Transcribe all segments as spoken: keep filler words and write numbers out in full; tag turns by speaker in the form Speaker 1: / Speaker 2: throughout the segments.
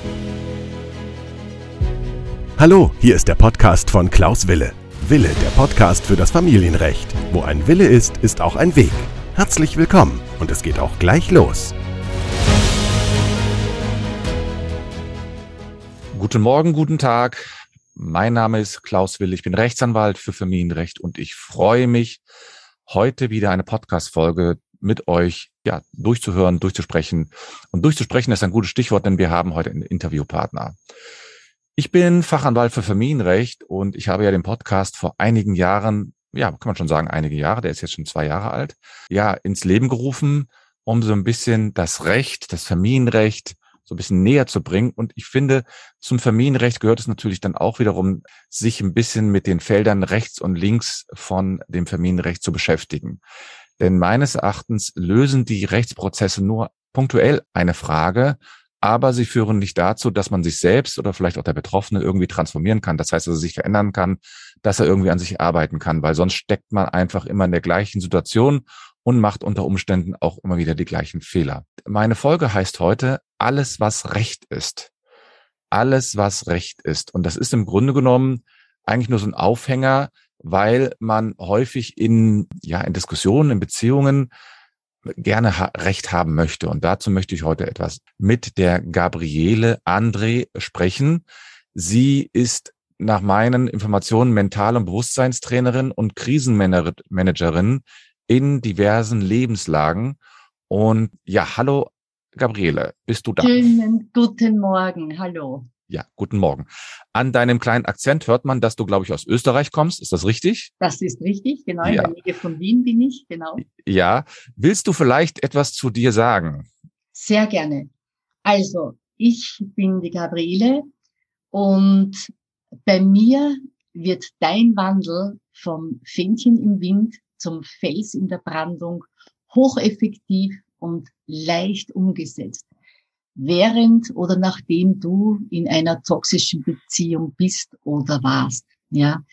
Speaker 1: Hallo, hier ist der Podcast von Klaus Wille. Wille, der Podcast für das Familienrecht. Wo ein Wille ist, ist auch ein Weg. Herzlich willkommen und es geht auch gleich los.
Speaker 2: Guten Morgen, guten Tag. Mein Name ist Klaus Wille, ich bin Rechtsanwalt für Familienrecht und ich freue mich, heute wieder eine Podcast-Folge mit euch ja, durchzuhören, durchzusprechen. Und durchzusprechen ist ein gutes Stichwort, denn wir haben heute einen Interviewpartner. Ich bin Fachanwalt für Familienrecht und ich habe ja den Podcast vor einigen Jahren, ja, kann man schon sagen, einige Jahre, der ist jetzt schon zwei Jahre alt, ja, ins Leben gerufen, um so ein bisschen das Recht, das Familienrecht so ein bisschen näher zu bringen. Und ich finde, zum Familienrecht gehört es natürlich dann auch wiederum, sich ein bisschen mit den Feldern rechts und links von dem Familienrecht zu beschäftigen. Denn meines Erachtens lösen die Rechtsprozesse nur punktuell eine Frage, aber sie führen nicht dazu, dass man sich selbst oder vielleicht auch der Betroffene irgendwie transformieren kann. Das heißt, dass er sich verändern kann, dass er irgendwie an sich arbeiten kann, weil sonst steckt man einfach immer in der gleichen Situation und macht unter Umständen auch immer wieder die gleichen Fehler. Meine Folge heißt heute Alles, was Recht ist. Alles, was Recht ist. Und das ist im Grunde genommen eigentlich nur so ein Aufhänger, weil man häufig in, ja, in Diskussionen, in Beziehungen gerne ha- Recht haben möchte. Und dazu möchte ich heute etwas mit der Gabriele André sprechen. Sie ist nach meinen Informationen Mental- und Bewusstseinstrainerin und Krisenmanagerin in diversen Lebenslagen. Und ja, hallo Gabriele, bist du da?
Speaker 3: Schönen guten Morgen, hallo.
Speaker 2: Ja, guten Morgen. An deinem kleinen Akzent hört man, dass du, glaube ich, aus Österreich kommst. Ist das richtig?
Speaker 3: Das ist richtig, genau, in
Speaker 2: Ja.
Speaker 3: der Nähe von Wien bin ich, genau.
Speaker 2: Ja. Willst du vielleicht etwas zu dir sagen?
Speaker 3: Sehr gerne. Also, ich bin die Gabriele und bei mir wird dein Wandel vom Fähnchen im Wind zum Fels in der Brandung hocheffektiv und leicht umgesetzt. Während oder nachdem du in einer toxischen Beziehung bist oder warst, ja.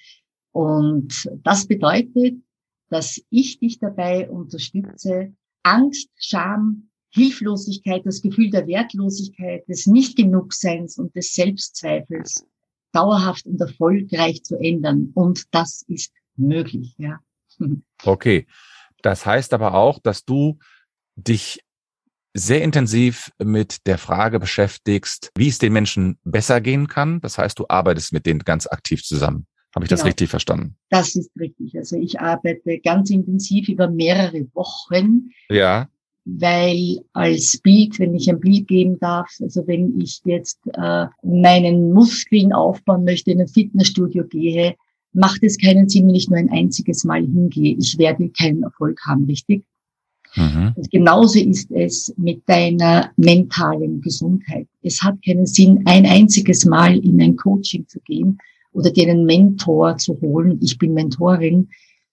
Speaker 3: Und das bedeutet, dass ich dich dabei unterstütze, Angst, Scham, Hilflosigkeit, das Gefühl der Wertlosigkeit, des Nicht-Genugseins und des Selbstzweifels dauerhaft und erfolgreich zu ändern. Und das ist möglich, ja.
Speaker 2: Okay. Das heißt aber auch, dass du dich sehr intensiv mit der Frage beschäftigst, wie es den Menschen besser gehen kann. Das heißt, du arbeitest mit denen ganz aktiv zusammen. Habe ich das
Speaker 3: Genau.
Speaker 2: richtig verstanden?
Speaker 3: Das ist richtig. Also ich arbeite ganz intensiv über mehrere Wochen,
Speaker 2: Ja.
Speaker 3: weil als Bild, wenn ich ein Bild geben darf, also wenn ich jetzt äh, meinen Muskeln aufbauen möchte, in ein Fitnessstudio gehe, macht es keinen Sinn, wenn ich nur ein einziges Mal hingehe. Ich werde keinen Erfolg haben, richtig?
Speaker 2: Mhm.
Speaker 3: Und genauso ist es mit deiner mentalen Gesundheit. Es hat keinen Sinn, ein einziges Mal in ein Coaching zu gehen oder dir einen Mentor zu holen. Ich bin Mentorin.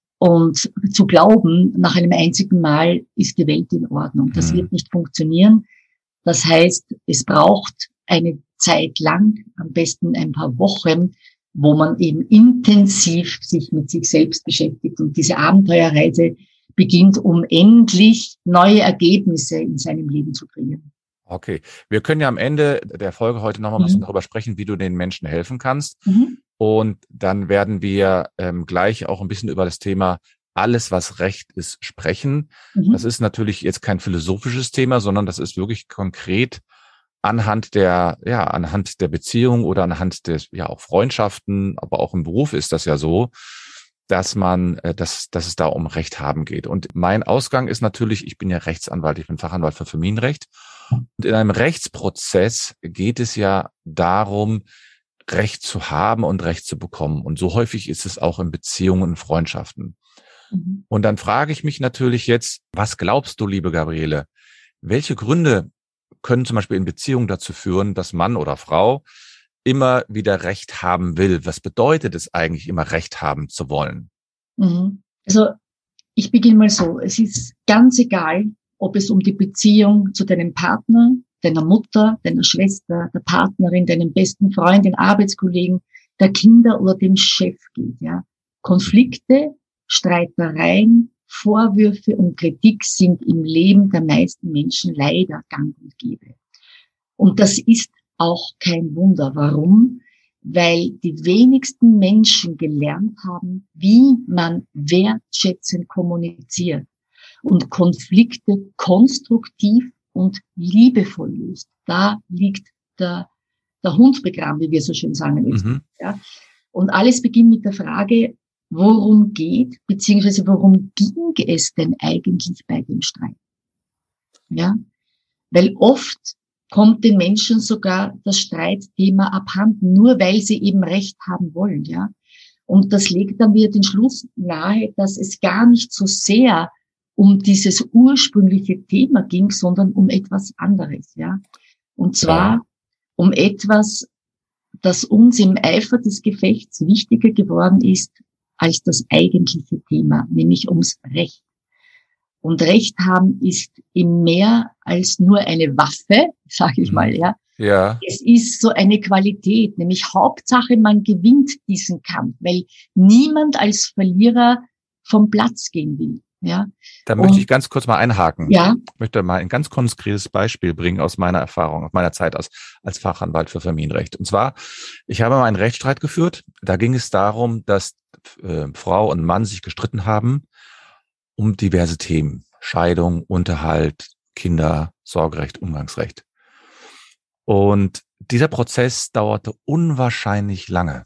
Speaker 3: Und zu glauben, nach einem einzigen Mal ist die Welt in Ordnung. Das
Speaker 2: Mhm.
Speaker 3: wird nicht funktionieren. Das heißt, es braucht eine Zeit lang, am besten ein paar Wochen, wo man eben intensiv sich mit sich selbst beschäftigt und diese Abenteuerreise beginnt, um endlich neue Ergebnisse in seinem Leben zu bringen.
Speaker 2: Okay. Wir können ja am Ende der Folge heute noch mal ein bisschen
Speaker 3: Mhm.
Speaker 2: darüber sprechen, wie du den Menschen helfen kannst.
Speaker 3: Mhm.
Speaker 2: Und dann werden wir ähm, gleich auch ein bisschen über das Thema alles, was Recht ist, sprechen.
Speaker 3: Mhm.
Speaker 2: Das ist natürlich jetzt kein philosophisches Thema, sondern das ist wirklich konkret anhand der, ja, anhand der Beziehung oder anhand des, ja, auch Freundschaften, aber auch im Beruf ist das ja so, dass man, äh, dass, dass es da um Recht haben geht. Und mein Ausgang ist natürlich, ich bin ja Rechtsanwalt, ich bin Fachanwalt für Familienrecht. Und in einem Rechtsprozess geht es ja darum, Recht zu haben und Recht zu bekommen. Und so häufig ist es auch in Beziehungen und Freundschaften.
Speaker 3: Mhm.
Speaker 2: Und dann frage ich mich natürlich jetzt, was glaubst du, liebe Gabriele, welche Gründe können zum Beispiel in Beziehungen dazu führen, dass Mann oder Frau immer wieder Recht haben will? Was bedeutet es eigentlich, immer Recht haben zu wollen?
Speaker 3: Mhm. Also ich beginne mal so. Es ist ganz egal, ob es um die Beziehung zu deinem Partner, deiner Mutter, deiner Schwester, der Partnerin, deinem besten Freund, den Arbeitskollegen, der Kinder oder dem Chef geht. Ja, Konflikte, Streitereien, Vorwürfe und Kritik sind im Leben der meisten Menschen leider gang und gäbe. Und das ist auch kein Wunder. Warum? Weil die wenigsten Menschen gelernt haben, wie man wertschätzend kommuniziert und Konflikte konstruktiv und liebevoll löst. Da liegt der, der Hund begraben, wie wir so schön sagen.
Speaker 2: Mhm.
Speaker 3: Ja. Und alles beginnt mit der Frage, worum geht, beziehungsweise worum ging es denn eigentlich bei dem Streit? Ja, weil oft kommt den Menschen sogar das Streitthema abhanden, nur weil sie eben Recht haben wollen, ja. Und das legt dann wieder den Schluss nahe, dass es gar nicht so sehr um dieses ursprüngliche Thema ging, sondern um etwas anderes, ja. Und zwar
Speaker 2: Ja.
Speaker 3: um etwas, das uns im Eifer des Gefechts wichtiger geworden ist als das eigentliche Thema, nämlich ums Recht. Und Recht haben ist eben mehr als nur eine Waffe, sage ich mal, ja.
Speaker 2: Ja.
Speaker 3: Es ist so eine Qualität, nämlich Hauptsache, man gewinnt diesen Kampf, weil niemand als Verlierer vom Platz gehen will, ja.
Speaker 2: Da
Speaker 3: Und,
Speaker 2: möchte ich ganz kurz mal einhaken.
Speaker 3: Ja.
Speaker 2: Ich möchte mal ein ganz konkretes Beispiel bringen aus meiner Erfahrung, aus meiner Zeit als, als Fachanwalt für Familienrecht. Und zwar, ich habe mal einen Rechtsstreit geführt. Da ging es darum, dass äh, Frau und Mann sich gestritten haben um diverse Themen. Scheidung, Unterhalt, Kinder, Sorgerecht, Umgangsrecht. Und dieser Prozess dauerte unwahrscheinlich lange.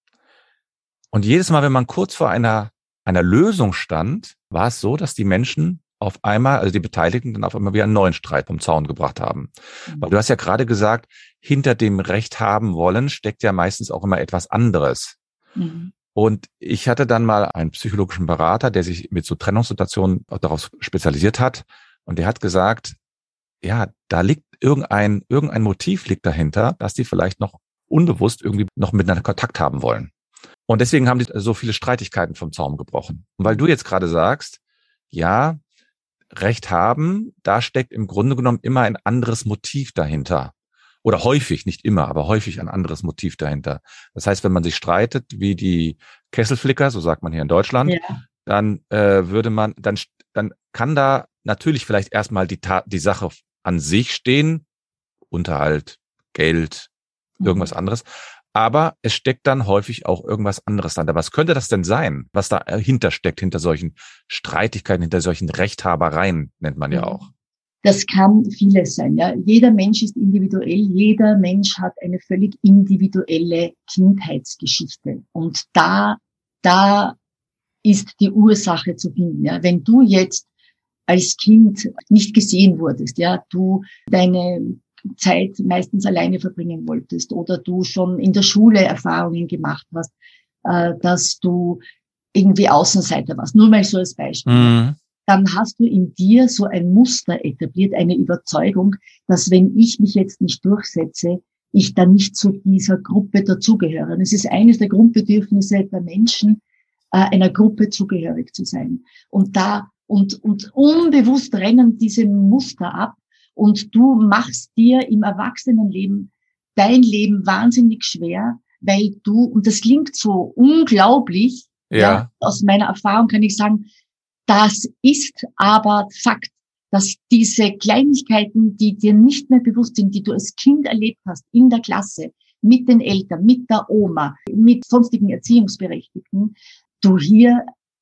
Speaker 2: Und jedes Mal, wenn man kurz vor einer, einer Lösung stand, war es so, dass die Menschen auf einmal, also die Beteiligten, dann auf einmal wieder einen neuen Streit vom Zaun gebracht haben. Mhm. Weil du hast ja gerade gesagt, hinter dem Recht haben wollen steckt ja meistens auch immer etwas anderes. Mhm. Und ich hatte dann mal einen psychologischen Berater, der sich mit so Trennungssituationen darauf spezialisiert hat. Und der hat gesagt, ja, da liegt irgendein, irgendein Motiv liegt dahinter, dass die vielleicht noch unbewusst irgendwie noch miteinander Kontakt haben wollen. Und deswegen haben die so viele Streitigkeiten vom Zaun gebrochen. Und weil du jetzt gerade sagst, ja, Recht haben, da steckt im Grunde genommen immer ein anderes Motiv dahinter. Oder häufig, nicht immer, aber häufig ein anderes Motiv dahinter. Das heißt, wenn man sich streitet, wie die Kesselflicker, so sagt man hier in Deutschland, ja. dann äh, würde man, dann, dann kann da natürlich vielleicht erstmal die, Ta- die Sache an sich stehen, Unterhalt, Geld, irgendwas mhm. anderes. Aber es steckt dann häufig auch irgendwas anderes dahinter. Was könnte das denn sein, was dahinter steckt, hinter solchen Streitigkeiten, hinter solchen Rechthabereien, nennt man ja auch?
Speaker 3: Das kann vieles sein, ja. Jeder Mensch ist individuell. Jeder Mensch hat eine völlig individuelle Kindheitsgeschichte. Und da, da ist die Ursache zu finden, ja. Wenn du jetzt als Kind nicht gesehen wurdest, ja, du deine Zeit meistens alleine verbringen wolltest oder du schon in der Schule Erfahrungen gemacht hast, äh, dass du irgendwie Außenseiter warst. Nur mal so als Beispiel. Mhm. Dann hast du in dir so ein Muster etabliert, eine Überzeugung, dass wenn ich mich jetzt nicht durchsetze, ich dann nicht zu dieser Gruppe dazugehöre. Und es ist eines der Grundbedürfnisse der Menschen, äh, einer Gruppe zugehörig zu sein. Und da, und, und unbewusst rennen diese Muster ab und du machst dir im Erwachsenenleben dein Leben wahnsinnig schwer, weil du, und das klingt so unglaublich, ja, ja aus meiner Erfahrung kann ich sagen, das ist aber Fakt, dass diese Kleinigkeiten, die dir nicht mehr bewusst sind, die du als Kind erlebt hast, in der Klasse, mit den Eltern, mit der Oma, mit sonstigen Erziehungsberechtigten, du hier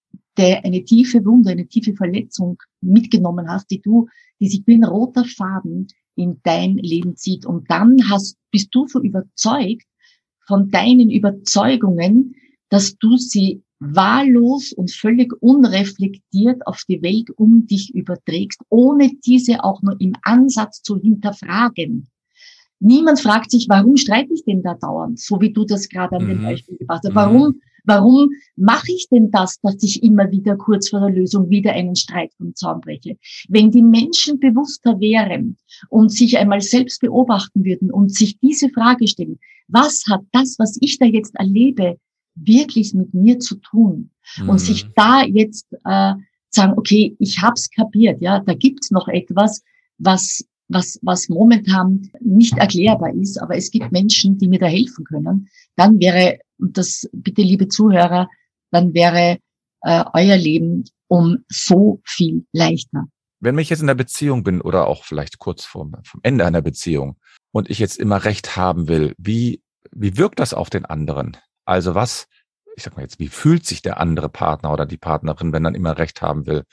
Speaker 3: der eine tiefe Wunde, eine tiefe Verletzung mitgenommen hast, die du, die sich wie ein roter Faden in dein Leben zieht. Und dann hast, bist du so überzeugt von deinen Überzeugungen, dass du sie wahllos und völlig unreflektiert auf die Welt um dich überträgst, ohne diese auch nur im Ansatz zu hinterfragen. Niemand fragt sich, warum streite ich denn da dauernd, so wie du das gerade an mhm. dem Beispiel gebracht hast. Warum, warum mache ich denn das, dass ich immer wieder kurz vor der Lösung wieder einen Streit vom Zaun breche? Wenn die Menschen bewusster wären und sich einmal selbst beobachten würden und sich diese Frage stellen, was hat das, was ich da jetzt erlebe, wirklich mit mir zu tun? Mhm. Und sich da jetzt äh, sagen, okay, ich hab's kapiert, ja, da gibt's noch etwas, was was was momentan nicht erklärbar ist, aber es gibt Menschen, die mir da helfen können. Dann wäre, und das bitte liebe Zuhörer, dann wäre äh, euer Leben um so viel leichter.
Speaker 2: Wenn ich jetzt in der Beziehung bin oder auch vielleicht kurz vorm vom Ende einer Beziehung und ich jetzt immer Recht haben will, wie, wie wirkt das auf den anderen? Also was, ich sag mal jetzt, wie fühlt sich der andere Partner oder die Partnerin, wenn man immer Recht haben will?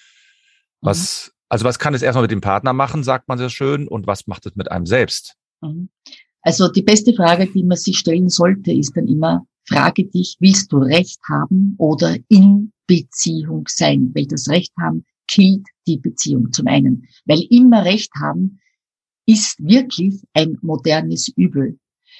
Speaker 2: Was, mhm. also was kann es erstmal mit dem Partner machen, sagt man sehr schön, und was macht es mit einem selbst?
Speaker 3: Mhm. Also die beste Frage, die man sich stellen sollte, ist dann immer, frage dich, willst du Recht haben oder in Beziehung sein? Weil das Recht haben killt die Beziehung zum einen. Weil immer Recht haben ist wirklich ein modernes Übel,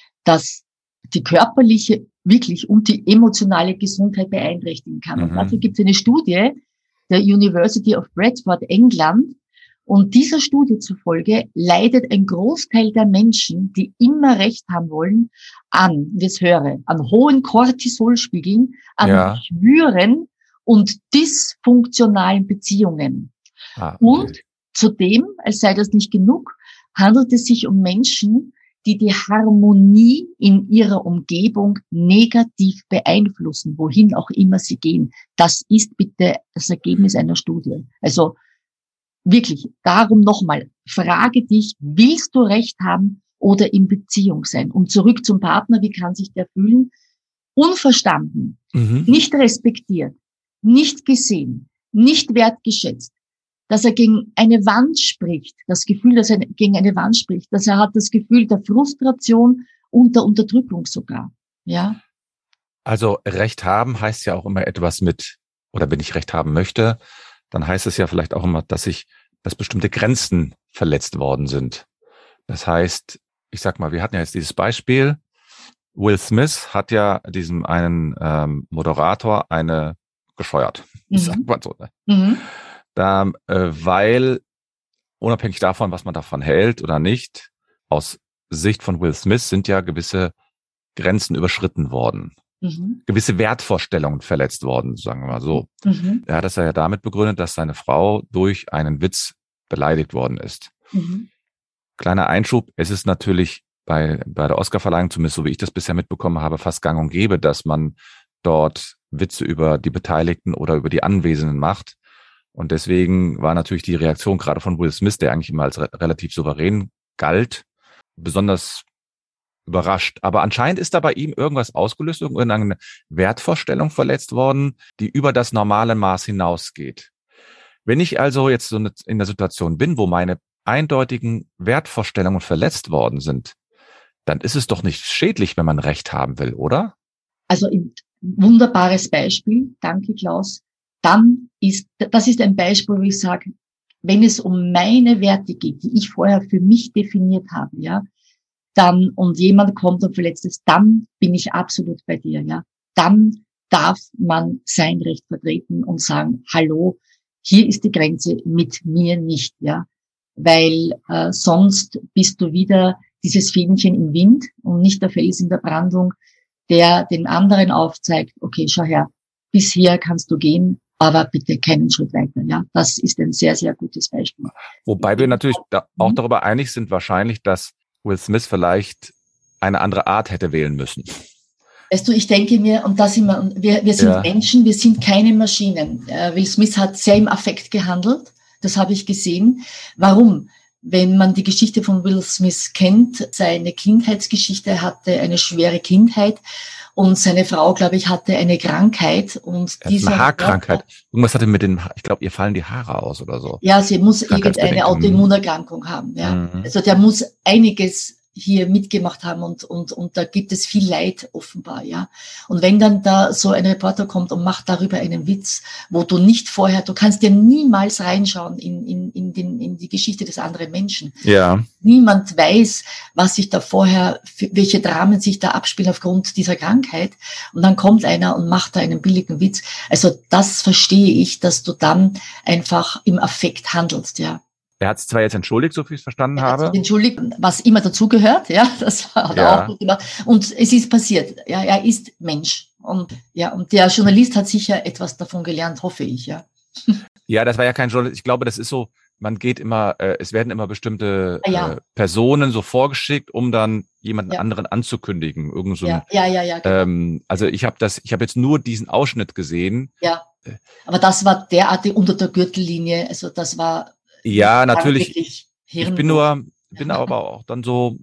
Speaker 3: das die körperliche wirklich und die emotionale Gesundheit beeinträchtigen kann. Mhm. Und dafür gibt es eine Studie der University of Bradford, England. Und dieser Studie zufolge leidet ein Großteil der Menschen, die immer Recht haben wollen, an, das höre, an hohen Cortisolspiegeln, an
Speaker 2: ja.
Speaker 3: Schwüren und dysfunktionalen Beziehungen.
Speaker 2: Ah, okay.
Speaker 3: Und zudem, als sei das nicht genug, handelt es sich um Menschen, die die Harmonie in ihrer Umgebung negativ beeinflussen, wohin auch immer sie gehen. Das ist bitte das Ergebnis einer Studie. Also wirklich, darum nochmal, frage dich, willst du Recht haben oder in Beziehung sein? Und zurück zum Partner, wie kann sich der fühlen? Unverstanden, mhm. nicht respektiert, nicht gesehen, nicht wertgeschätzt, dass er gegen eine Wand spricht, das Gefühl, dass er gegen eine Wand spricht, dass er hat das Gefühl der Frustration und der Unterdrückung sogar, ja.
Speaker 2: Also Recht haben heißt ja auch immer etwas mit, oder wenn ich Recht haben möchte, dann heißt es ja vielleicht auch immer, dass ich, dass bestimmte Grenzen verletzt worden sind. Das heißt, ich sag mal, wir hatten ja jetzt dieses Beispiel, Will Smith hat ja diesem einen ähm, Moderator eine gescheuert, mhm. sagt man so, ne? Mhm. Da, äh, weil unabhängig davon, was man davon hält oder nicht, aus Sicht von Will Smith sind ja gewisse Grenzen überschritten worden. Mhm. Gewisse Wertvorstellungen verletzt worden, sagen wir mal so. Mhm. Er hat das ja damit begründet, dass seine Frau durch einen Witz beleidigt worden ist. Mhm. Kleiner Einschub, es ist natürlich bei, bei der Oscarverleihung, zumindest so wie ich das bisher mitbekommen habe, fast gang und gäbe, dass man dort Witze über die Beteiligten oder über die Anwesenden macht. Und deswegen war natürlich die Reaktion gerade von Will Smith, der eigentlich immer als re- relativ souverän galt, besonders überrascht. Aber anscheinend ist da bei ihm irgendwas ausgelöst, irgendeine Wertvorstellung verletzt worden, die über das normale Maß hinausgeht. Wenn ich also jetzt so in der Situation bin, wo meine eindeutigen Wertvorstellungen verletzt worden sind, dann ist es doch nicht schädlich, wenn man Recht haben will, oder?
Speaker 3: Also ein wunderbares Beispiel. Danke, Klaus. Dann ist, das ist ein Beispiel, wo ich sage, wenn es um meine Werte geht, die ich vorher für mich definiert habe, ja, dann, und jemand kommt und verletzt es, dann bin ich absolut bei dir, ja. Dann darf man sein Recht vertreten und sagen, hallo, hier ist die Grenze, mit mir nicht, ja. Weil äh, sonst bist du wieder dieses Fähnchen im Wind und nicht der Fels in der Brandung, der den anderen aufzeigt, okay, schau her, bis hier kannst du gehen, aber bitte keinen Schritt weiter, ja. Das ist ein sehr, sehr gutes Beispiel.
Speaker 2: Wobei wir natürlich da auch darüber einig sind, wahrscheinlich, dass Will Smith vielleicht eine andere Art hätte wählen müssen.
Speaker 3: Weißt du, ich denke mir, und da sind wir, wir, wir sind ja. Menschen, wir sind keine Maschinen. Äh, Will Smith hat sehr im Affekt gehandelt, das habe ich gesehen. Warum? Wenn man die Geschichte von Will Smith kennt, seine Kindheitsgeschichte, er hatte eine schwere Kindheit und seine Frau, glaube ich, hatte eine Krankheit. Und
Speaker 2: diese eine Haarkrankheit. Irgendwas hatte mit den, ich glaube, ihr fallen die Haare aus oder so.
Speaker 3: Ja, sie muss irgendeine Autoimmunerkrankung haben. Ja. Mhm. Also der muss einiges hier mitgemacht haben und, und, und da gibt es viel Leid offenbar, ja. Und wenn dann da so ein Reporter kommt und macht darüber einen Witz, wo du nicht vorher, du kannst dir niemals reinschauen in, in, in den, in die Geschichte des anderen Menschen.
Speaker 2: Ja.
Speaker 3: Niemand weiß, was sich da vorher, welche Dramen sich da abspielen aufgrund dieser Krankheit. Und dann kommt einer und macht da einen billigen Witz. Also das verstehe ich, dass du dann einfach im Affekt handelst, ja.
Speaker 2: Er hat sich zwar jetzt entschuldigt, so viel ich es verstanden
Speaker 3: er
Speaker 2: habe.
Speaker 3: Hat sich entschuldigt, was immer dazugehört, ja, das hat er
Speaker 2: ja.
Speaker 3: auch gut gemacht. Und es ist passiert, ja, er ist Mensch. Und, ja, und der Journalist hat sicher etwas davon gelernt, hoffe ich, ja.
Speaker 2: Ja, das war ja kein Journalist. Ich glaube, das ist so, man geht immer, äh, es werden immer bestimmte
Speaker 3: ah, ja.
Speaker 2: äh, Personen so vorgeschickt, um dann jemanden ja. anderen anzukündigen. Irgend so ein,
Speaker 3: ja, ja, ja, ja. Genau.
Speaker 2: Ähm, also ich habe das, ich habe jetzt nur diesen Ausschnitt gesehen.
Speaker 3: Ja, aber das war derartig unter der Gürtellinie, also das war
Speaker 2: Ja, natürlich. Ich bin nur, bin aber auch dann so,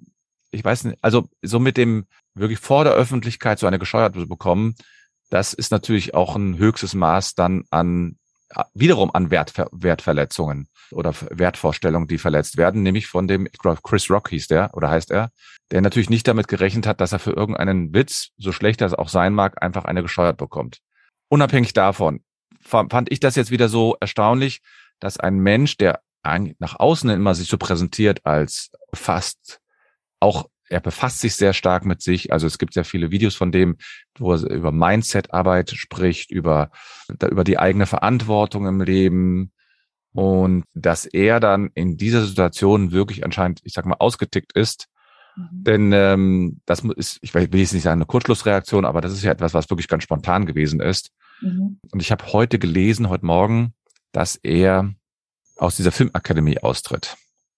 Speaker 2: ich weiß nicht, also so mit dem wirklich vor der Öffentlichkeit so eine Gescheuerte zu bekommen, das ist natürlich auch ein höchstes Maß dann an, wiederum an Wertver- Wertverletzungen oder Wertvorstellungen, die verletzt werden, nämlich von dem, ich glaube, Chris Rock hieß der, oder heißt er, der natürlich nicht damit gerechnet hat, dass er für irgendeinen Witz, so schlecht das auch sein mag, einfach eine gescheuert bekommt. Unabhängig davon fand ich das jetzt wieder so erstaunlich, dass ein Mensch, der nach außen immer sich so präsentiert als fast auch, er befasst sich sehr stark mit sich. Also es gibt sehr viele Videos von dem, wo er über Mindset-Arbeit spricht, über, über die eigene Verantwortung im Leben und dass er dann in dieser Situation wirklich anscheinend, ich sag mal, ausgetickt ist. Mhm. Denn ähm, das ist, ich will jetzt nicht sagen eine Kurzschlussreaktion, aber das ist ja etwas, was wirklich ganz spontan gewesen ist. Mhm. Und ich habe heute gelesen, heute Morgen, dass er aus dieser Filmakademie austritt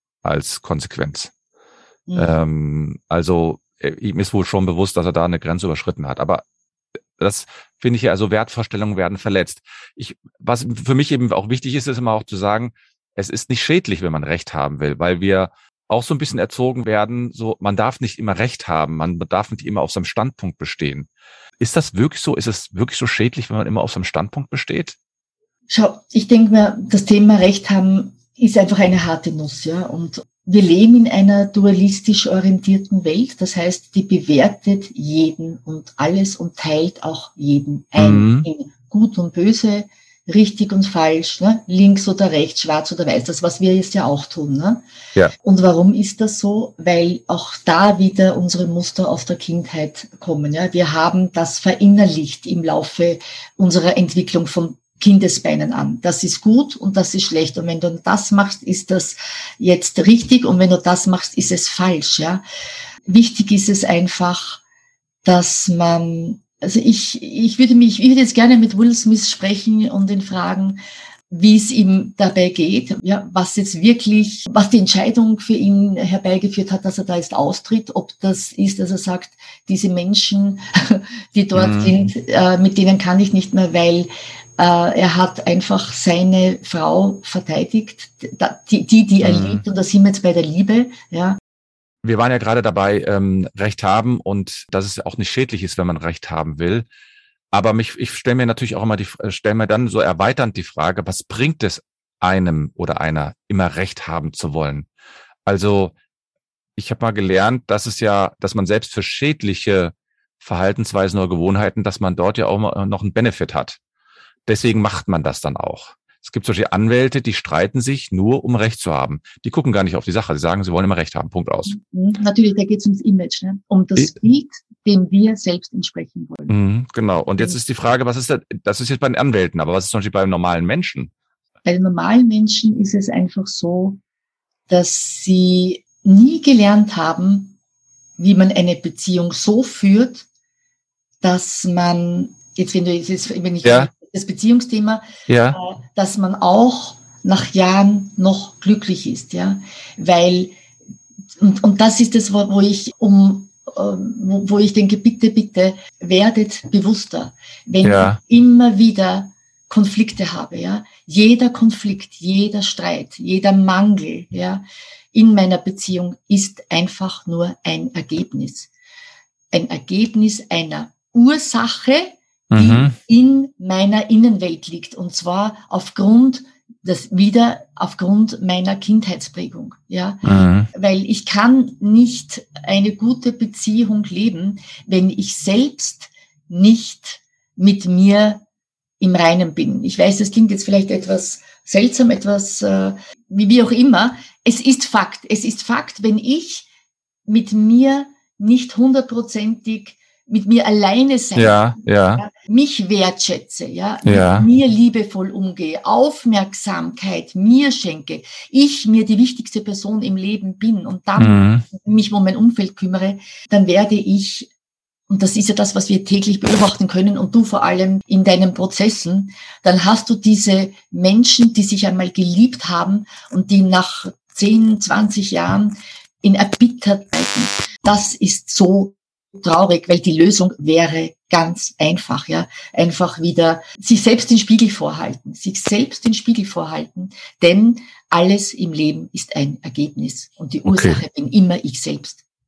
Speaker 2: als Konsequenz. Mhm. Ähm, also ihm ist wohl schon bewusst, dass er da eine Grenze überschritten hat. Aber das finde ich ja, also Wertvorstellungen werden verletzt. Ich, was für mich eben auch wichtig ist, ist immer auch zu sagen, es ist nicht schädlich, wenn man Recht haben will, weil wir auch so ein bisschen erzogen werden, so, man darf nicht immer Recht haben, man darf nicht immer auf seinem Standpunkt bestehen. Ist das wirklich so? Ist es wirklich so schädlich, wenn man immer auf seinem Standpunkt besteht?
Speaker 3: Schau, ich denke mir, das Thema Recht haben ist einfach eine harte Nuss, ja. Und wir leben in einer dualistisch orientierten Welt. Das heißt, die bewertet jeden und alles und teilt auch jeden ein mhm. in Gut und Böse, richtig und falsch, ne? Links oder rechts, schwarz oder weiß. Das, was wir jetzt ja auch tun, ne? Ja. Und warum ist das so? Weil auch da wieder unsere Muster aus der Kindheit kommen, ja. Wir haben das verinnerlicht im Laufe unserer Entwicklung von Kindesbeinen an. Das ist gut und das ist schlecht. Und wenn du das machst, ist das jetzt richtig. Und wenn du das machst, ist es falsch, ja. Wichtig ist es einfach, dass man, also ich, ich würde mich, ich würde jetzt gerne mit Will Smith sprechen und ihn fragen, wie es ihm dabei geht, ja, was jetzt wirklich, was die Entscheidung für ihn herbeigeführt hat, dass er da jetzt austritt, ob das ist, dass er sagt, diese Menschen, die dort mhm. sind, äh, mit denen kann ich nicht mehr, weil er hat einfach seine Frau verteidigt, die, die, die er mhm. liebt. Und da sind wir jetzt bei der Liebe, ja.
Speaker 2: Wir waren ja gerade dabei, ähm, Recht haben und dass es auch nicht schädlich ist, wenn man Recht haben will. Aber mich, ich stelle mir natürlich auch immer die, stelle mir dann so erweiternd die Frage, was bringt es einem oder einer, immer Recht haben zu wollen? Also, ich habe mal gelernt, dass es ja, dass man selbst für schädliche Verhaltensweisen oder Gewohnheiten, dass man dort ja auch noch einen Benefit hat. Deswegen macht man das dann auch. Es gibt solche Anwälte, die streiten sich nur, um Recht zu haben. Die gucken gar nicht auf die Sache. Sie sagen, sie wollen immer Recht haben. Punkt aus.
Speaker 3: Mhm, natürlich, da geht es ums Image, ne? Um das Bild, dem wir selbst entsprechen wollen.
Speaker 2: Mhm, genau. Und jetzt ist die Frage, was ist das? Das ist jetzt bei den Anwälten, aber was ist zum Beispiel bei normalen Menschen?
Speaker 3: Bei den normalen Menschen ist es einfach so, dass sie nie gelernt haben, wie man eine Beziehung so führt, dass man, jetzt wenn du jetzt, wenn ich ja. das Beziehungsthema, ja. äh, dass man auch nach Jahren noch glücklich ist, ja, weil, und, und das ist es, wo, wo ich um, äh, wo, wo ich denke, bitte, bitte, werdet bewusster, wenn ja. ich immer wieder Konflikte habe, ja, jeder Konflikt, jeder Streit, jeder Mangel, ja, in meiner Beziehung ist einfach nur ein Ergebnis, ein Ergebnis einer Ursache, die mhm. in meiner Innenwelt liegt. Und zwar aufgrund, das wieder aufgrund meiner Kindheitsprägung, ja. Mhm. Weil ich kann nicht eine gute Beziehung leben, wenn ich selbst nicht mit mir im Reinen bin. Ich weiß, das klingt jetzt vielleicht etwas seltsam, etwas, äh, wie, wie auch immer. Es ist Fakt. Es ist Fakt, wenn ich mit mir nicht hundertprozentig mit mir alleine sein,
Speaker 2: ja, ja.
Speaker 3: ja, mich wertschätze, ja,
Speaker 2: ja,
Speaker 3: mit mir liebevoll umgehe, Aufmerksamkeit mir schenke, ich mir die wichtigste Person im Leben bin und dann mhm. mich um mein Umfeld kümmere, dann werde ich, und das ist ja das, was wir täglich beobachten können und du vor allem in deinen Prozessen, dann hast du diese Menschen, die sich einmal geliebt haben und die nach zehn, zwanzig Jahren in Erbittertheit, das ist so traurig, weil die Lösung wäre ganz einfach, ja, einfach wieder sich selbst den Spiegel vorhalten, sich selbst den Spiegel vorhalten, denn alles im Leben ist ein Ergebnis und die Ursache okay. bin immer ich selbst.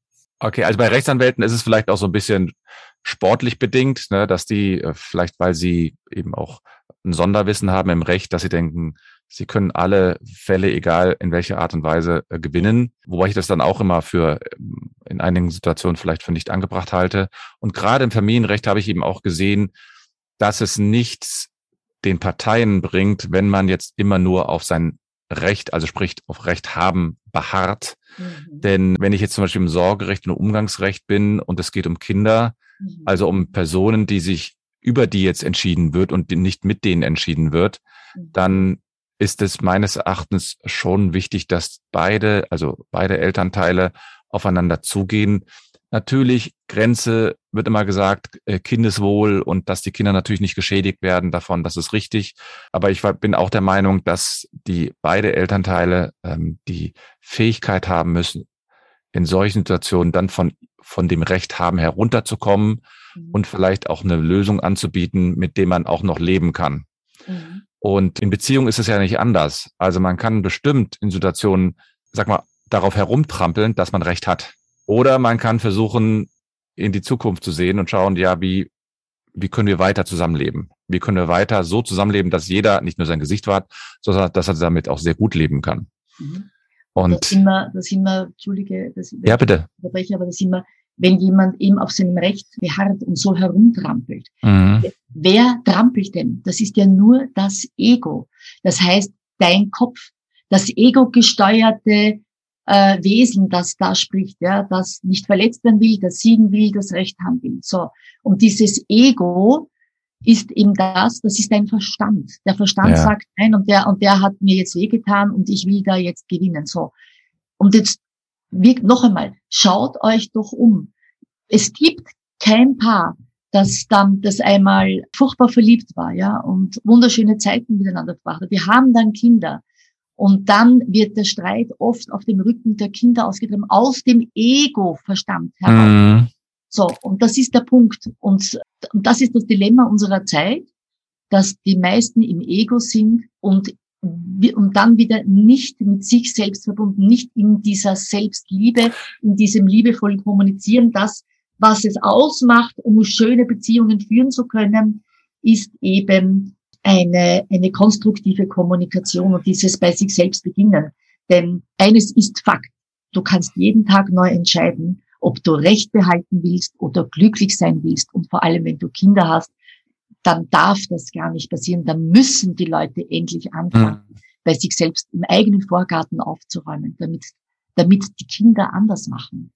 Speaker 2: Okay, also bei Rechtsanwälten ist es vielleicht auch so ein bisschen sportlich bedingt, ne, dass die äh, vielleicht, weil sie eben auch ein Sonderwissen haben im Recht, dass sie denken, sie können alle Fälle, egal in welcher Art und Weise, äh, gewinnen. Wobei ich das dann auch immer für ähm, in einigen Situationen vielleicht für nicht angebracht halte. Und gerade im Familienrecht habe ich eben auch gesehen, dass es nichts den Parteien bringt, wenn man jetzt immer nur auf sein Recht, also sprich auf Recht haben, beharrt. Mhm. Denn wenn ich jetzt zum Beispiel im Sorgerecht und Umgangsrecht bin und es geht um Kinder, mhm. also um Personen, die sich über die jetzt entschieden wird und nicht mit denen entschieden wird, mhm. dann ist es meines Erachtens schon wichtig, dass beide, also beide Elternteile aufeinander zugehen. Natürlich, Grenze wird immer gesagt, Kindeswohl und dass die Kinder natürlich nicht geschädigt werden davon, das ist richtig. Aber ich bin auch der Meinung, dass die beide Elternteile ähm, die Fähigkeit haben müssen, in solchen Situationen dann von von dem Recht haben herunterzukommen mhm. und vielleicht auch eine Lösung anzubieten, mit dem man auch noch leben kann. Mhm. Und in Beziehungen ist es ja nicht anders. Also man kann bestimmt in Situationen, sag mal, darauf herumtrampeln, dass man Recht hat. Oder man kann versuchen, in die Zukunft zu sehen und schauen, ja, wie wie können wir weiter zusammenleben? Wie können wir weiter so zusammenleben, dass jeder nicht nur sein Gesicht wahrt, sondern dass er damit auch sehr gut leben kann?
Speaker 3: Mhm. Und das sind wir, das sind wir, Entschuldige, das,
Speaker 2: ja, bitte.
Speaker 3: Unterbreche, aber das sind wir, wenn jemand eben auf seinem Recht beharrt und so herumtrampelt.
Speaker 2: Mhm.
Speaker 3: Wer trampelt denn? Das ist ja nur das Ego. Das heißt, dein Kopf, das ego-gesteuerte äh, Wesen, das da spricht, ja, das nicht verletzt werden will, das siegen will, das Recht haben will. So. Und dieses Ego ist eben das, das ist dein Verstand. Der Verstand ja. sagt, nein, und der, und der hat mir jetzt wehgetan und ich will da jetzt gewinnen. So. Und jetzt, wie, noch einmal, schaut euch doch um. Es gibt kein Paar, das dann, das einmal furchtbar verliebt war, ja, und wunderschöne Zeiten miteinander verbracht hat. Wir haben dann Kinder. Und dann wird der Streit oft auf dem Rücken der Kinder ausgetrieben, aus dem Ego-Verstand heraus. Mm. So, und das ist der Punkt. Und, und das ist das Dilemma unserer Zeit, dass die meisten im Ego sind und, und dann wieder nicht mit sich selbst verbunden, nicht in dieser Selbstliebe, in diesem liebevollen Kommunizieren. Das, was es ausmacht, um schöne Beziehungen führen zu können, ist eben eine, eine konstruktive Kommunikation und dieses bei sich selbst beginnen. Denn eines ist Fakt. Du kannst jeden Tag neu entscheiden, ob du Recht behalten willst oder glücklich sein willst. Und vor allem, wenn du Kinder hast, dann darf das gar nicht passieren. Dann müssen die Leute endlich anfangen, mhm. bei sich selbst im eigenen Vorgarten aufzuräumen, damit, damit die Kinder anders machen.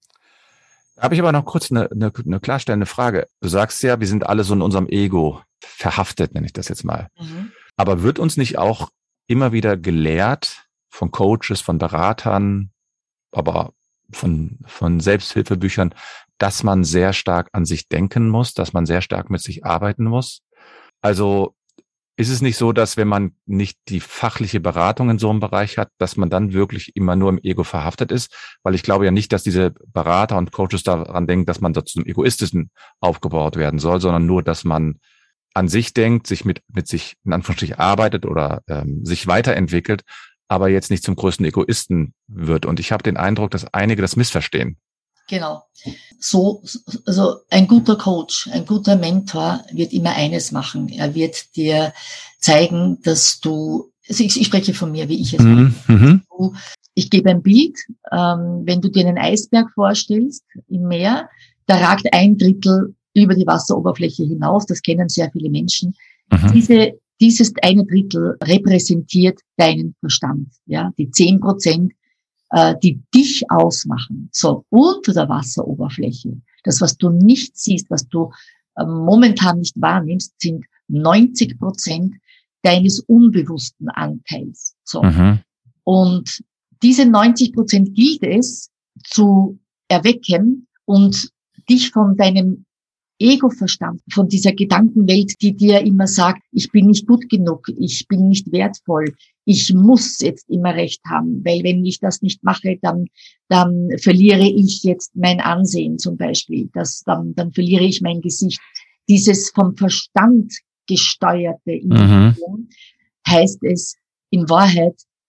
Speaker 2: Da habe ich aber noch kurz eine, eine, eine klarstellende Frage. Du sagst ja, wir sind alle so in unserem Ego verhaftet, nenne ich das jetzt mal. Mhm. Aber wird uns nicht auch immer wieder gelehrt von Coaches, von Beratern, aber von, von Selbsthilfebüchern, dass man sehr stark an sich denken muss, dass man sehr stark mit sich arbeiten muss? Also ist es nicht so, dass wenn man nicht die fachliche Beratung in so einem Bereich hat, dass man dann wirklich immer nur im Ego verhaftet ist? Weil ich glaube ja nicht, dass diese Berater und Coaches daran denken, dass man da zu einem Egoistischen aufgebaut werden soll, sondern nur, dass man an sich denkt, sich mit mit sich in Anführungsstrichen arbeitet oder ähm, sich weiterentwickelt, aber jetzt nicht zum größten Egoisten wird. Und ich habe den Eindruck, dass einige das missverstehen.
Speaker 3: Genau. So, also ein guter Coach, ein guter Mentor wird immer eines machen. Er wird dir zeigen, dass du, also ich, ich spreche von mir, wie ich es
Speaker 2: mhm. mache.
Speaker 3: Du, ich gebe ein Bild, ähm, wenn du dir einen Eisberg vorstellst im Meer, da ragt ein Drittel über die Wasseroberfläche hinaus, das kennen sehr viele Menschen. Mhm. Diese, dieses eine Drittel repräsentiert deinen Verstand, ja, die zehn Prozent, äh, die dich ausmachen, so unter der Wasseroberfläche. Das, was du nicht siehst, was du äh, momentan nicht wahrnimmst, sind neunzig Prozent deines unbewussten Anteils. So. Mhm. Und diese neunzig Prozent gilt es zu erwecken und dich von deinem Ego-Verstand, von dieser Gedankenwelt, die dir immer sagt, ich bin nicht gut genug, ich bin nicht wertvoll, ich muss jetzt immer Recht haben, weil wenn ich das nicht mache, dann dann verliere ich jetzt mein Ansehen zum Beispiel, das, dann, dann verliere ich mein Gesicht. Dieses vom Verstand gesteuerte Individuum, mhm. heißt es in Wahrheit,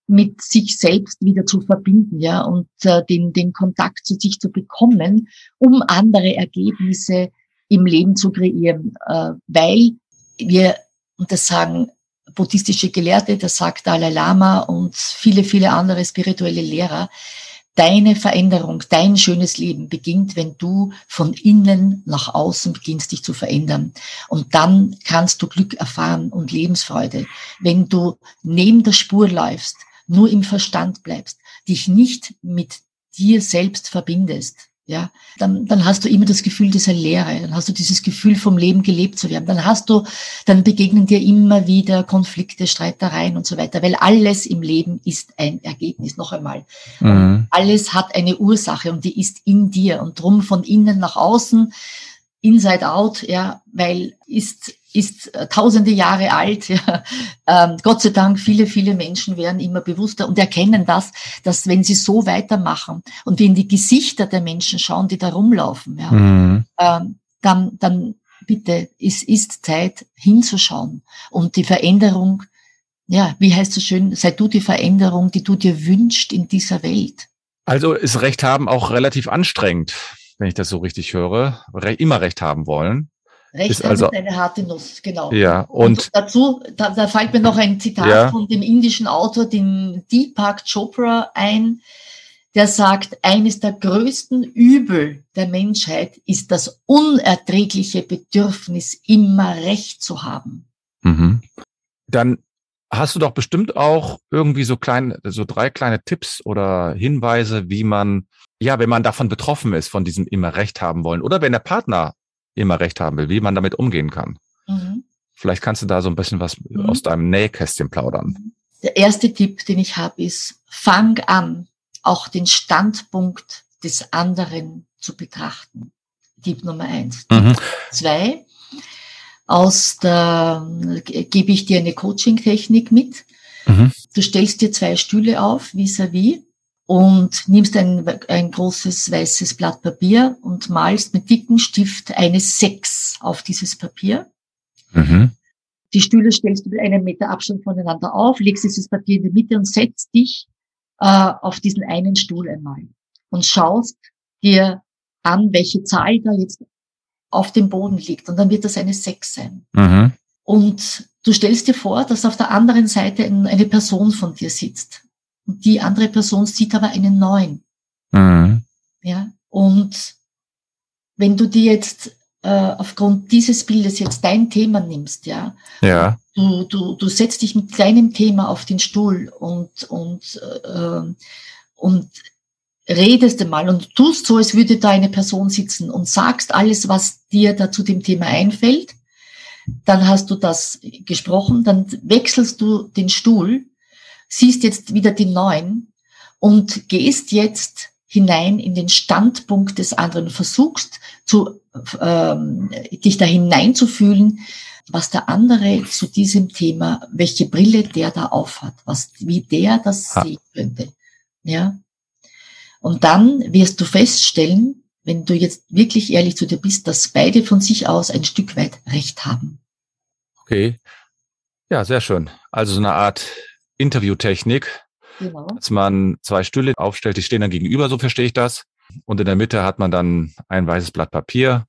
Speaker 3: mit sich selbst wieder zu verbinden, ja, und äh, den, den Kontakt zu sich zu bekommen, um andere Ergebnisse im Leben zu kreieren, äh, weil wir, und das sagen buddhistische Gelehrte, das sagt Dalai Lama und viele, viele andere spirituelle Lehrer, deine Veränderung, dein schönes Leben beginnt, wenn du von innen nach außen beginnst, dich zu verändern. Und dann kannst du Glück erfahren und Lebensfreude. Wenn du neben der Spur läufst, nur im Verstand bleibst, dich nicht mit dir selbst verbindest, ja, dann, dann hast du immer das Gefühl dieser Leere, dann hast du dieses Gefühl, vom Leben gelebt zu werden, dann hast du, dann begegnen dir immer wieder Konflikte, Streitereien und so weiter, weil alles im Leben ist ein Ergebnis, noch einmal.
Speaker 2: Mhm.
Speaker 3: Und alles hat eine Ursache und die ist in dir und drum von innen nach außen, inside out, ja, weil ist, ist tausende Jahre alt, ja. Ähm, Gott sei Dank, viele, viele Menschen werden immer bewusster und erkennen das, dass wenn sie so weitermachen und wir in die Gesichter der Menschen schauen, die da rumlaufen, ja,
Speaker 2: Mhm.
Speaker 3: ähm, dann, dann bitte, es ist Zeit hinzuschauen und die Veränderung, ja, wie heißt es so schön, sei du die Veränderung, die du dir wünschst in dieser Welt.
Speaker 2: Also ist Recht haben auch relativ anstrengend, wenn ich das so richtig höre. Re- immer Recht haben wollen.
Speaker 3: Recht
Speaker 2: Ist
Speaker 3: haben
Speaker 2: also-
Speaker 3: ist eine harte Nuss, genau.
Speaker 2: Ja,
Speaker 3: Und,
Speaker 2: und
Speaker 3: dazu, da, da fällt mir noch ein Zitat
Speaker 2: Ja.
Speaker 3: von dem indischen Autor, den Deepak Chopra, ein, der sagt, eines der größten Übel der Menschheit ist das unerträgliche Bedürfnis, immer Recht zu haben.
Speaker 2: mhm. Dann hast du doch bestimmt auch irgendwie so kleine, so drei kleine Tipps oder Hinweise, wie man, ja, wenn man davon betroffen ist, von diesem immer Recht haben wollen, oder wenn der Partner immer Recht haben will, wie man damit umgehen kann.
Speaker 3: Mhm.
Speaker 2: Vielleicht kannst du da so ein bisschen was
Speaker 3: Mhm.
Speaker 2: aus deinem Nähkästchen plaudern.
Speaker 3: Der erste Tipp, den ich habe, ist, fang an, auch den Standpunkt des anderen zu betrachten. Tipp Nummer eins.
Speaker 2: Mhm.
Speaker 3: Tipp zwei, aus der, gebe ich dir eine Coaching-Technik mit.
Speaker 2: Mhm.
Speaker 3: Du stellst dir zwei Stühle auf, vis-à-vis, und nimmst ein, ein großes weißes Blatt Papier und malst mit dicken Stift eine Sechs auf dieses Papier.
Speaker 2: Mhm.
Speaker 3: Die Stühle stellst du mit einem Meter Abstand voneinander auf, legst dieses Papier in die Mitte und setzt dich äh, auf diesen einen Stuhl einmal und schaust dir an, welche Zahl da jetzt auf dem Boden liegt. Und dann wird das eine Sechs sein.
Speaker 2: Mhm.
Speaker 3: Und du stellst dir vor, dass auf der anderen Seite eine Person von dir sitzt. Und die andere Person sieht aber einen Neun.
Speaker 2: Mhm.
Speaker 3: Ja. Und wenn du dir jetzt äh, aufgrund dieses Bildes jetzt dein Thema nimmst, ja,
Speaker 2: Ja.
Speaker 3: du, du, du setzt dich mit deinem Thema auf den Stuhl und, und, äh, und redest einmal und tust so, als würde da eine Person sitzen und sagst alles, was dir da zu dem Thema einfällt. Dann hast du das gesprochen, dann wechselst du den Stuhl, siehst jetzt wieder die Neun und gehst jetzt hinein in den Standpunkt des anderen und versuchst zu, ähm, dich da hineinzufühlen, was der andere zu diesem Thema, welche Brille der da aufhat, was, wie der das
Speaker 2: Ha.
Speaker 3: sehen könnte. Ja. Und dann wirst du feststellen, wenn du jetzt wirklich ehrlich zu dir bist, dass beide von sich aus ein Stück weit Recht haben.
Speaker 2: Okay. Ja, sehr schön. Also so eine Art Interviewtechnik,
Speaker 3: Genau.
Speaker 2: dass man zwei Stühle aufstellt, die stehen dann gegenüber, so verstehe ich das. Und in der Mitte hat man dann ein weißes Blatt Papier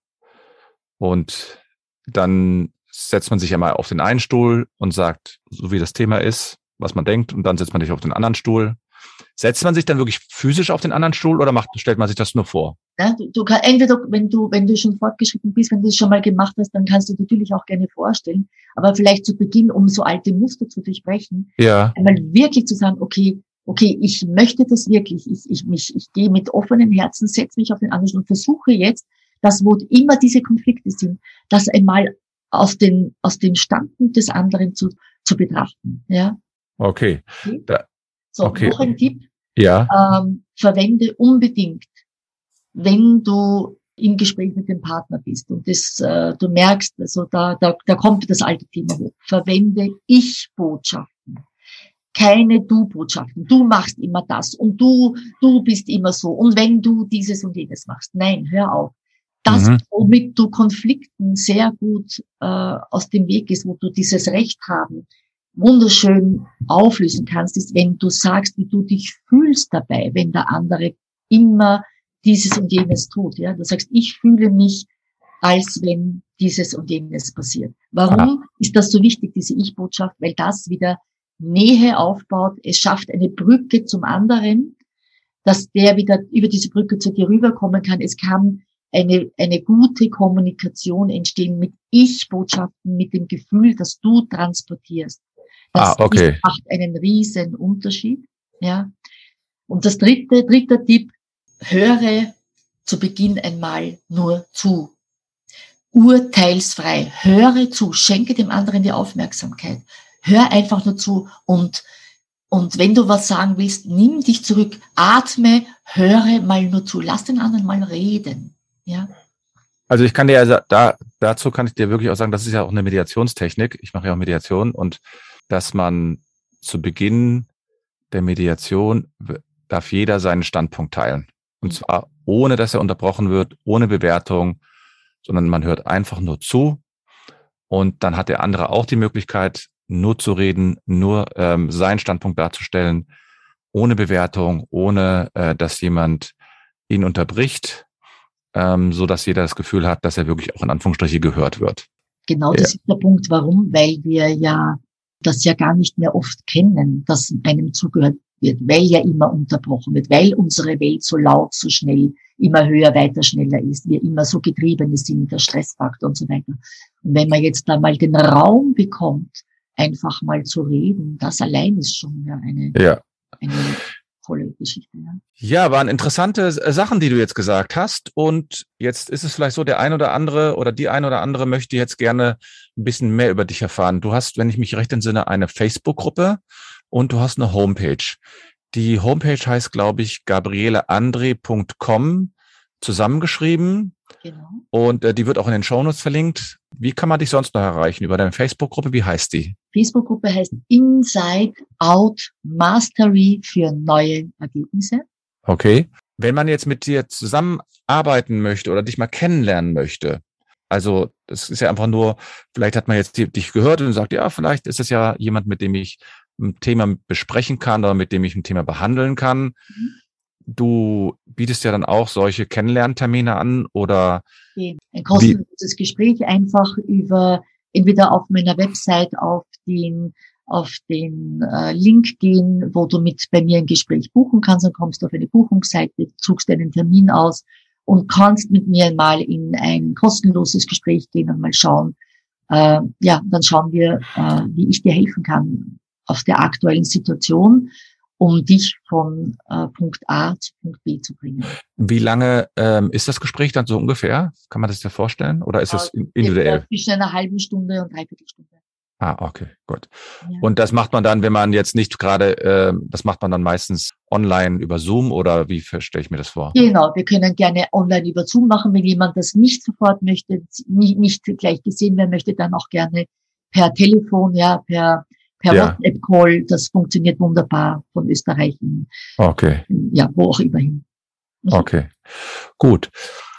Speaker 2: und dann setzt man sich einmal auf den einen Stuhl und sagt, so wie das Thema ist, was man denkt, und dann setzt man sich auf den anderen Stuhl. Setzt man sich dann wirklich physisch auf den anderen Stuhl oder macht, stellt man sich das nur vor?
Speaker 3: Ja, du, du kannst entweder, wenn du, wenn du schon fortgeschritten bist, wenn du es schon mal gemacht hast, dann kannst du dir natürlich auch gerne vorstellen. Aber vielleicht zu Beginn, um so alte Muster zu durchbrechen,
Speaker 2: Ja.
Speaker 3: einmal wirklich zu sagen, okay, okay, ich möchte das wirklich. Ich, ich mich, ich gehe mit offenem Herzen, setze mich auf den anderen und versuche jetzt, dass wo immer diese Konflikte sind, das einmal aus dem, aus dem Standpunkt des anderen zu, zu betrachten. Ja.
Speaker 2: Okay.
Speaker 3: Okay.
Speaker 2: Da,
Speaker 3: So,
Speaker 2: okay.
Speaker 3: noch ein Tipp.
Speaker 2: Ja.
Speaker 3: Ähm, verwende unbedingt, wenn du im Gespräch mit dem Partner bist und das, äh, du merkst, also da, da, da kommt das alte Thema hoch. Verwende Ich-Botschaften, keine Du-Botschaften. Du machst immer das und du, du bist immer so. Und wenn du dieses und jenes machst, nein, hör auf. Das,
Speaker 2: Mhm.
Speaker 3: womit du Konflikten sehr gut äh, aus dem Weg gehst, wo du dieses Recht haben wunderschön auflösen kannst, ist, wenn du sagst, wie du dich fühlst dabei, wenn der andere immer dieses und jenes tut. Ja, du sagst, ich fühle mich, als wenn dieses und jenes passiert. Warum ist das so wichtig, diese Ich-Botschaft? Weil das wieder Nähe aufbaut. Es schafft eine Brücke zum anderen, dass der wieder über diese Brücke zu dir rüberkommen kann. Es kann eine, eine gute Kommunikation entstehen mit Ich-Botschaften, mit dem Gefühl, das du transportierst. Das
Speaker 2: ah, okay.
Speaker 3: ist, macht einen riesen Unterschied. Ja. Und das dritte, dritter Tipp, höre zu Beginn einmal nur zu. Urteilsfrei. Höre zu. Schenke dem anderen die Aufmerksamkeit. Hör einfach nur zu und, und wenn du was sagen willst, nimm dich zurück. Atme, höre mal nur zu. Lass den anderen mal reden. Ja.
Speaker 2: Also ich kann dir ja da, dazu kann ich dir wirklich auch sagen, das ist ja auch eine Mediationstechnik. Ich mache ja auch Mediation und dass man zu Beginn der Mediation darf jeder seinen Standpunkt teilen. Und zwar ohne, dass er unterbrochen wird, ohne Bewertung, sondern man hört einfach nur zu. Und dann hat der andere auch die Möglichkeit, nur zu reden, nur ähm, seinen Standpunkt darzustellen, ohne Bewertung, ohne äh, dass jemand ihn unterbricht, ähm, so dass jeder das Gefühl hat, dass er wirklich auch in Anführungsstriche gehört wird.
Speaker 3: Genau, das ja. ist der Punkt. Warum? Weil wir ja das ja gar nicht mehr oft kennen, dass einem zugehört wird, weil ja immer unterbrochen wird, weil unsere Welt so laut, so schnell, immer höher, weiter, schneller ist, wir immer so Getriebene sind, der Stressfaktor und so weiter. Und wenn man jetzt da mal den Raum bekommt, einfach mal zu reden, das allein ist schon ja eine,
Speaker 2: ja.
Speaker 3: eine tolle Geschichte. Ja.
Speaker 2: ja, waren interessante Sachen, die du jetzt gesagt hast. Und jetzt ist es vielleicht so, der ein oder andere oder die ein oder andere möchte jetzt gerne ein bisschen mehr über dich erfahren. Du hast, wenn ich mich recht entsinne, eine Facebook-Gruppe und du hast eine Homepage. Die Homepage heißt, glaube ich, gabriele andre punkt com zusammengeschrieben.
Speaker 3: Genau.
Speaker 2: Und äh, die wird auch in den Shownotes verlinkt. Wie kann man dich sonst noch erreichen? Über deine Facebook-Gruppe? Wie heißt die?
Speaker 3: Facebook-Gruppe heißt Inside Out Mastery für neue Ergebnisse.
Speaker 2: Okay. Wenn man jetzt mit dir zusammenarbeiten möchte oder dich mal kennenlernen möchte, also das ist ja einfach nur, vielleicht hat man jetzt dich gehört und sagt, ja, vielleicht ist es ja jemand, mit dem ich ein Thema besprechen kann oder mit dem ich ein Thema behandeln kann. Mhm. Du bietest ja dann auch solche Kennenlerntermine an oder?
Speaker 3: Ein kostenloses Gespräch einfach über, entweder auf meiner Website auf den, auf den äh, Link gehen, wo du mit bei mir ein Gespräch buchen kannst, dann kommst du auf eine Buchungsseite, suchst deinen Termin aus und kannst mit mir mal in ein kostenloses Gespräch gehen und mal schauen, äh, ja, dann schauen wir, äh, wie ich dir helfen kann auf der aktuellen Situation, um dich von äh, Punkt A zu Punkt B zu bringen.
Speaker 2: Wie lange ähm, ist das Gespräch dann so ungefähr? Kann man das dir vorstellen? Oder ist es individuell?
Speaker 3: Zwischen einer halben Stunde und dreiviertel Stunde.
Speaker 2: Ah, okay, gut. Ja. Und das macht man dann, wenn man jetzt nicht gerade, äh, das macht man dann meistens online über Zoom oder wie stelle ich mir das vor?
Speaker 3: Genau, wir können gerne online über Zoom machen, wenn jemand das nicht sofort möchte, nicht, nicht gleich gesehen werden möchte, dann auch gerne per Telefon, ja, per Per ja. WhatsApp-Call, das funktioniert wunderbar von Österreich.
Speaker 2: Okay.
Speaker 3: Ja, wo auch immerhin.
Speaker 2: Okay, gut.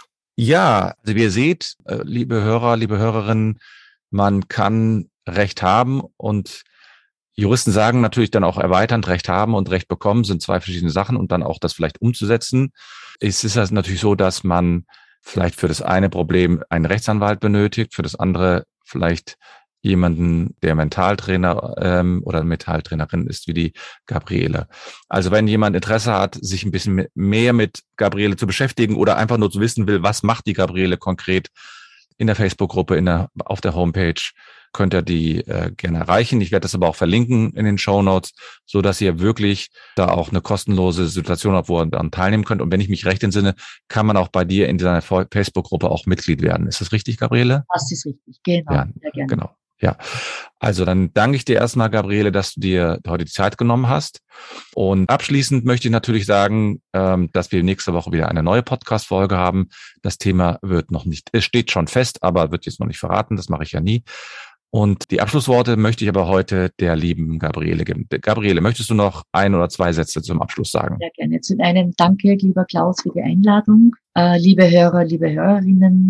Speaker 2: Ja, also wie ihr seht, liebe Hörer, liebe Hörerinnen, man kann Recht haben und Juristen sagen natürlich dann auch erweiternd, Recht haben und Recht bekommen sind zwei verschiedene Sachen und dann auch das vielleicht umzusetzen. Es ist also natürlich so, dass man vielleicht für das eine Problem einen Rechtsanwalt benötigt, für das andere vielleicht jemanden, der Mentaltrainer ähm, oder Mentaltrainerin ist, wie die Gabriele. Also wenn jemand Interesse hat, sich ein bisschen mehr mit Gabriele zu beschäftigen oder einfach nur zu wissen will, was macht die Gabriele konkret in der Facebook-Gruppe, in der auf der Homepage, könnt ihr die äh, gerne erreichen. Ich werde das aber auch verlinken in den Shownotes, so dass ihr wirklich da auch eine kostenlose Situation habt, wo ihr dann teilnehmen könnt. Und wenn ich mich recht entsinne, kann man auch bei dir in deiner Facebook-Gruppe auch Mitglied werden. Ist das richtig, Gabriele?
Speaker 3: Das ist richtig, genau.
Speaker 2: Ja, sehr gerne. Genau. Ja, also dann danke ich dir erstmal, Gabriele, dass du dir heute die Zeit genommen hast. Und abschließend möchte ich natürlich sagen, dass wir nächste Woche wieder eine neue Podcast-Folge haben. Das Thema wird noch nicht, es steht schon fest, aber wird jetzt noch nicht verraten. Das mache ich ja nie. Und die Abschlussworte möchte ich aber heute der lieben Gabriele geben. Gabriele, möchtest du noch ein oder zwei Sätze zum Abschluss sagen?
Speaker 3: Sehr gerne. Zum einen danke, lieber Klaus, für die Einladung. Äh, liebe Hörer, liebe Hörerinnen,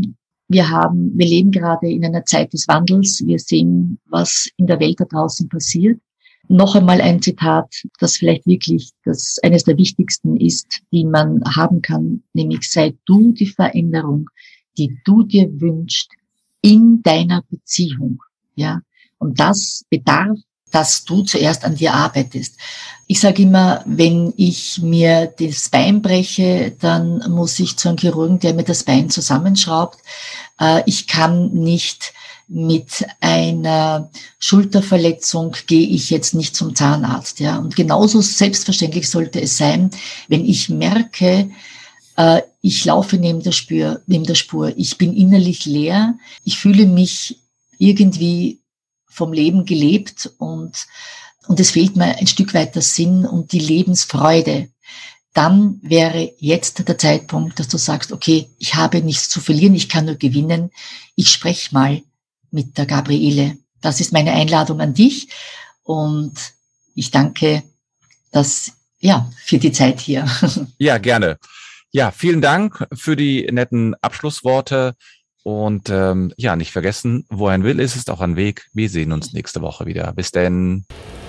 Speaker 3: Wir haben, wir leben gerade in einer Zeit des Wandels. Wir sehen, was in der Welt da draußen passiert. Noch einmal ein Zitat, das vielleicht wirklich das eines der wichtigsten ist, die man haben kann, nämlich sei du die Veränderung, die du dir wünschst in deiner Beziehung, ja. Und das bedarf, dass du zuerst an dir arbeitest. Ich sage immer, wenn ich mir das Bein breche, dann muss ich zu einem Chirurgen, der mir das Bein zusammenschraubt. Ich kann nicht mit einer Schulterverletzung gehe ich jetzt nicht zum Zahnarzt, ja. Und genauso selbstverständlich sollte es sein, wenn ich merke, äh, ich laufe neben der Spur, neben der Spur, ich bin innerlich leer, ich fühle mich irgendwie vom Leben gelebt und und es fehlt mir ein Stück weit der Sinn und die Lebensfreude. Dann wäre jetzt der Zeitpunkt, dass du sagst, okay, ich habe nichts zu verlieren, ich kann nur gewinnen. Ich spreche mal mit der Gabriele. Das ist meine Einladung an dich und ich danke dass, ja, für die Zeit hier.
Speaker 2: Ja, gerne. Ja, vielen Dank für die netten Abschlussworte und ähm, ja, nicht vergessen, wo ein Will ist, ist auch ein Weg. Wir sehen uns nächste Woche wieder. Bis denn.